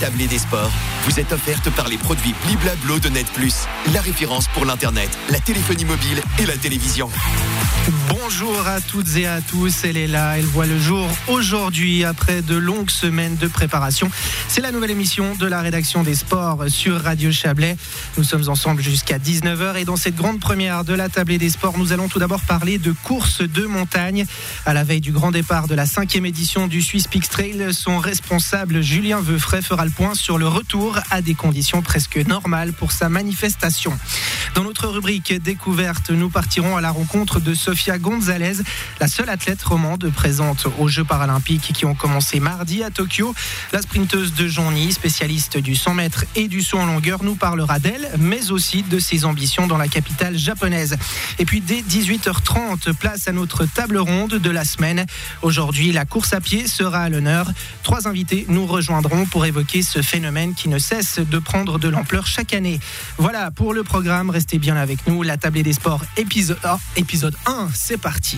tablée des sports vous est offerte par les produits Bliblablo de Net Plus, la référence pour l'Internet, la téléphonie mobile et la télévision. Bonjour à toutes et à tous, elle est là, elle voit le jour aujourd'hui après de longues semaines de préparation. C'est la nouvelle émission de la rédaction des sports sur Radio Chablais. Nous sommes ensemble jusqu'à 19h et dans cette grande première de la tablée des sports, nous allons tout d'abord parler de course de montagne. À la veille du grand départ de la 5e édition du Swiss Peaks Trail, son responsable Julien Veufray fera le point sur le retour à des conditions presque normales pour sa manifestation. Dans notre rubrique découverte, nous partirons à la rencontre de Sofia Gonzalez, la seule athlète romande présente aux Jeux paralympiques qui ont commencé mardi à Tokyo. La sprinteuse de Jonny, spécialiste du 100 mètres et du saut en longueur, nous parlera d'elle, mais aussi de ses ambitions dans la capitale japonaise. Et puis dès 18h30, place à notre table ronde de la semaine. Aujourd'hui, la course à pied sera à l'honneur. 3 invités nous rejoindront pour évoquer ce phénomène qui ne cesse de prendre de l'ampleur chaque année. Voilà pour le programme, restez bien avec nous. La tablée des sports épisode 1, c'est parti.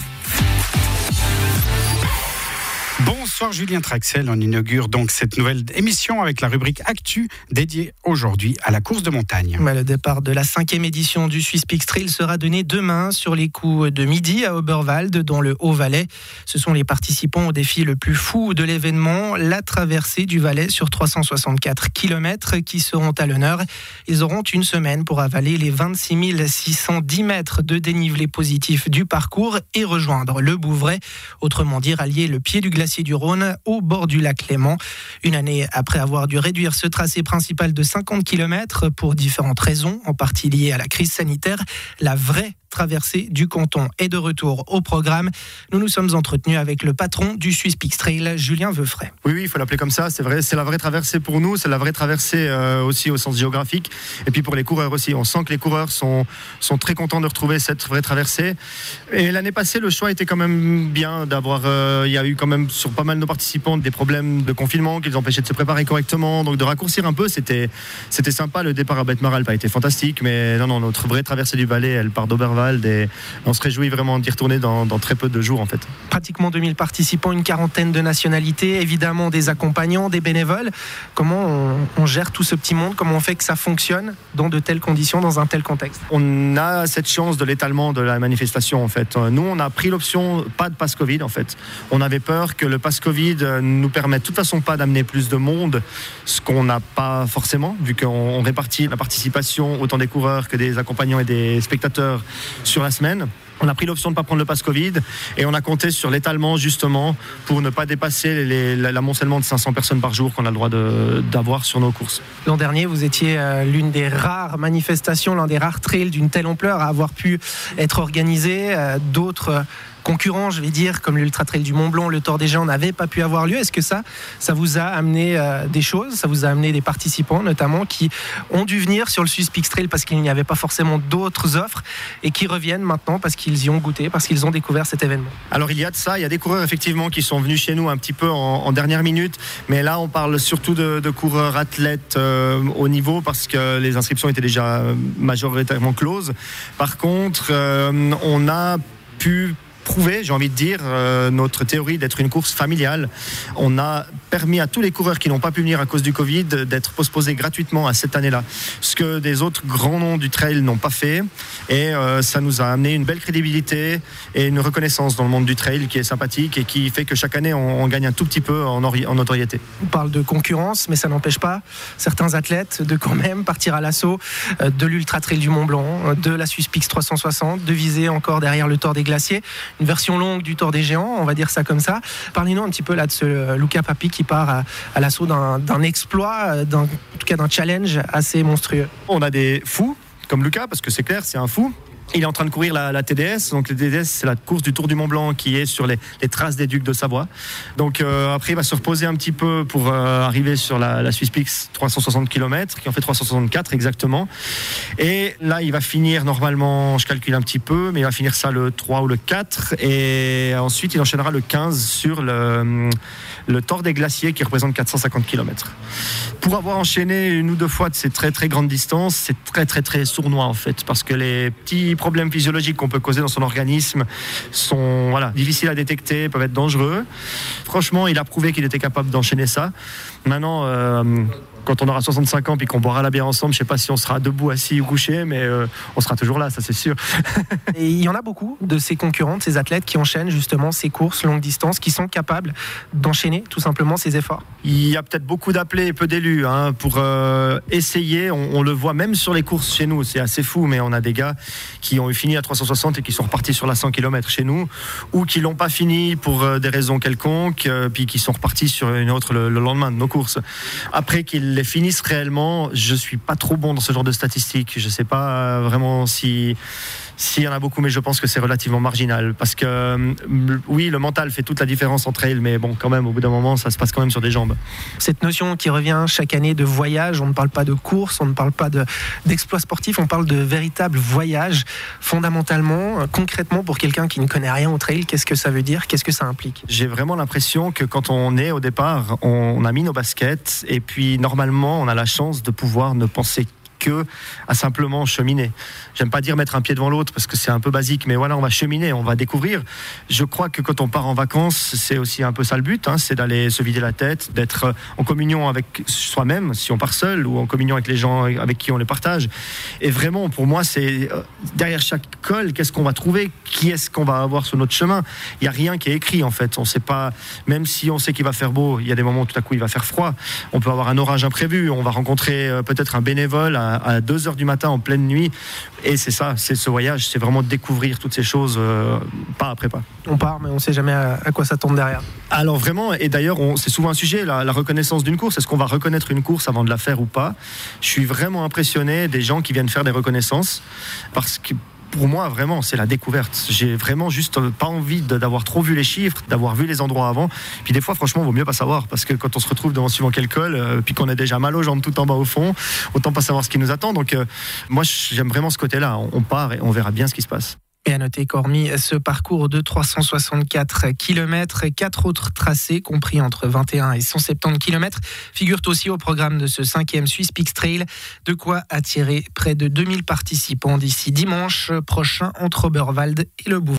Bonsoir Julien Traxel, on inaugure donc cette nouvelle émission avec la rubrique Actu dédiée aujourd'hui à la course de montagne. Le départ de la 5e édition du Swiss Peaks Trail sera donné demain sur les coups de midi à Oberwald dans le Haut-Valais. Ce sont les participants au défi le plus fou de l'événement, la traversée du Valais sur 364 km qui seront à l'honneur. Ils auront une semaine pour avaler les 26 610 mètres de dénivelé positif du parcours et rejoindre le Bouvray, autrement dit rallier le pied du glacier du Rhône au bord du lac Léman. Une année après avoir dû réduire ce tracé principal de 50 km pour différentes raisons, en partie liées à la crise sanitaire, la vraie traversée du canton est de retour au programme. Nous nous sommes entretenus avec le patron du Swiss Peaks Trail, Julien Veufray. Oui, il faut l'appeler comme ça, c'est vrai, c'est la vraie traversée pour nous, c'est la vraie traversée aussi au sens géographique, et puis pour les coureurs aussi. On sent que les coureurs sont très contents de retrouver cette vraie traversée. Et l'année passée, le choix était quand même bien d'avoir, il y a eu quand même sur pas mal de nos participants des problèmes de confinement qui les empêchaient de se préparer correctement, donc de raccourcir un peu, c'était sympa. Le départ à Bête-Maralp a été fantastique, mais non, notre vraie traversée du Valais, elle part d'Oberwald et on se réjouit vraiment d'y retourner dans très peu de jours en fait. Pratiquement 2000 participants, une quarantaine de nationalités, évidemment des accompagnants, des bénévoles. Comment on gère tout ce petit monde? Comment on fait que ça fonctionne dans de telles conditions, dans un tel contexte? On a cette chance de l'étalement de la manifestation en fait. Nous, on a pris l'option pas de passe Covid en fait. On avait peur que le passe Covid nous permette de toute façon pas d'amener plus de monde, ce qu'on n'a pas forcément, vu qu'on répartit la participation autant des coureurs que des accompagnants et des spectateurs sur la semaine. On a pris l'option de ne pas prendre le pass Covid et on a compté sur l'étalement justement pour ne pas dépasser l'amoncellement de 500 personnes par jour qu'on a le droit d'avoir sur nos courses. L'an dernier, vous étiez l'une des rares manifestations, l'un des rares trails d'une telle ampleur à avoir pu être organisé. D'autres concurrents, je vais dire, comme l'Ultra Trail du Mont-Blanc, le Tour des Géants n'avaient pas pu avoir lieu. Est-ce que ça vous a amené des choses? Ça vous a amené des participants notamment qui ont dû venir sur le Swiss Peaks Trail parce qu'il n'y avait pas forcément d'autres offres et qui reviennent maintenant parce qu'ils y ont goûté, parce qu'ils ont découvert cet événement? Alors il y a de ça, il y a des coureurs effectivement qui sont venus chez nous un petit peu en dernière minute, mais là on parle surtout de coureurs athlètes au niveau parce que les inscriptions étaient déjà majoritairement closes. Par contre, on a pu prouver, j'ai envie de dire, notre théorie d'être une course familiale. On a permis à tous les coureurs qui n'ont pas pu venir à cause du Covid d'être postposés gratuitement à cette année-là, ce que des autres grands noms du trail n'ont pas fait, et ça nous a amené une belle crédibilité et une reconnaissance dans le monde du trail qui est sympathique et qui fait que chaque année on gagne un tout petit peu en notoriété. On parle de concurrence, mais ça n'empêche pas certains athlètes de quand même partir à l'assaut de l'Ultra Trail du Mont-Blanc, de la Swiss Peaks 360, de viser encore derrière le Tour des Glaciers, une version longue du Tour des Géants, on va dire ça comme ça. Parlez-nous un petit peu là de ce Luca Papi qui part à l'assaut d'un exploit, en tout cas d'un challenge assez monstrueux. On a des fous comme Luca, parce que c'est clair, c'est un fou. Il est en train de courir la TDS. Donc la TDS, c'est la course du Tour du Mont Blanc qui est sur les traces des Ducs de Savoie. Donc après, il va se reposer un petit peu pour arriver sur la Swiss Peaks 360 km, qui en fait 364 exactement. Et là, il va finir normalement, je calcule un petit peu, mais il va finir ça le 3 ou le 4. Et ensuite, il enchaînera le 15 sur le Tour des Glaciers qui représente 450 km. Pour avoir enchaîné une ou deux fois de ces très très grandes distances, c'est très très très sournois en fait, parce que les petits problèmes physiologiques qu'on peut causer dans son organisme sont difficiles à détecter, peuvent être dangereux. Franchement, il a prouvé qu'il était capable d'enchaîner ça. Maintenant, quand on aura 65 ans puis qu'on boira la bière ensemble, je sais pas si on sera debout, assis ou couché, mais on sera toujours là, ça c'est sûr. Et il y en a beaucoup de ces concurrents, de ces athlètes qui enchaînent justement ces courses longue distance, qui sont capables d'enchaîner tout simplement ces efforts. Il y a peut-être beaucoup d'appelés et peu d'élus pour essayer. On le voit même sur les courses chez nous, c'est assez fou, mais on a des gars qui ont fini à 360 et qui sont repartis sur la 100 km chez nous, ou qui l'ont pas fini pour des raisons quelconques, puis qui sont repartis sur une autre le lendemain de nos courses. Après qu'ils les finissent réellement, je suis pas trop bon dans ce genre de statistiques. Je sais pas vraiment s'il y en a beaucoup, mais je pense que c'est relativement marginal. Parce que oui, le mental fait toute la différence en trail, mais bon, quand même, au bout d'un moment, ça se passe quand même sur des jambes. Cette notion qui revient chaque année de voyage, on ne parle pas de course, on ne parle pas d'exploit sportif, on parle de véritable voyage. Fondamentalement, concrètement, pour quelqu'un qui ne connaît rien au trail, qu'est-ce que ça veut dire ? Qu'est-ce que ça implique ? J'ai vraiment l'impression que quand on est au départ, on a mis nos baskets et puis normalement, on a la chance de pouvoir ne penser à simplement cheminer. J'aime pas dire mettre un pied devant l'autre parce que c'est un peu basique, mais voilà, on va cheminer, on va découvrir. Je crois que quand on part en vacances, c'est aussi un peu ça le but, c'est d'aller se vider la tête, d'être en communion avec soi-même, si on part seul, ou en communion avec les gens avec qui on les partage. Et vraiment, pour moi, c'est derrière chaque col, qu'est-ce qu'on va trouver, qui est-ce qu'on va avoir sur notre chemin. Il n'y a rien qui est écrit, en fait. On sait pas, même si on sait qu'il va faire beau, il y a des moments où tout à coup il va faire froid. On peut avoir un orage imprévu, on va rencontrer peut-être un bénévole à 2h du matin en pleine nuit. Et c'est ça, c'est ce voyage, c'est vraiment découvrir toutes ces choses pas après pas. On part, mais on ne sait jamais à quoi ça tombe derrière. Alors vraiment, et d'ailleurs, c'est souvent un sujet, la reconnaissance d'une course. Est-ce qu'on va reconnaître une course avant de la faire ou pas ? Je suis vraiment impressionné des gens qui viennent faire des reconnaissances, parce que pour moi, vraiment, c'est la découverte. J'ai vraiment juste pas envie d'avoir trop vu les chiffres, d'avoir vu les endroits avant. Puis des fois, franchement, il vaut mieux pas savoir, parce que quand on se retrouve devant suivant quel col, puis qu'on a déjà mal aux jambes tout en bas au fond, autant pas savoir ce qui nous attend. Donc moi, j'aime vraiment ce côté-là. On part et on verra bien ce qui se passe. Et à noter qu'hormis ce parcours de 364 km, 4 autres tracés, compris entre 21 et 170 km, figurent aussi au programme de ce 5e Swiss Peaks Trail. De quoi attirer près de 2000 participants d'ici dimanche prochain entre Oberwald et le Bouvard.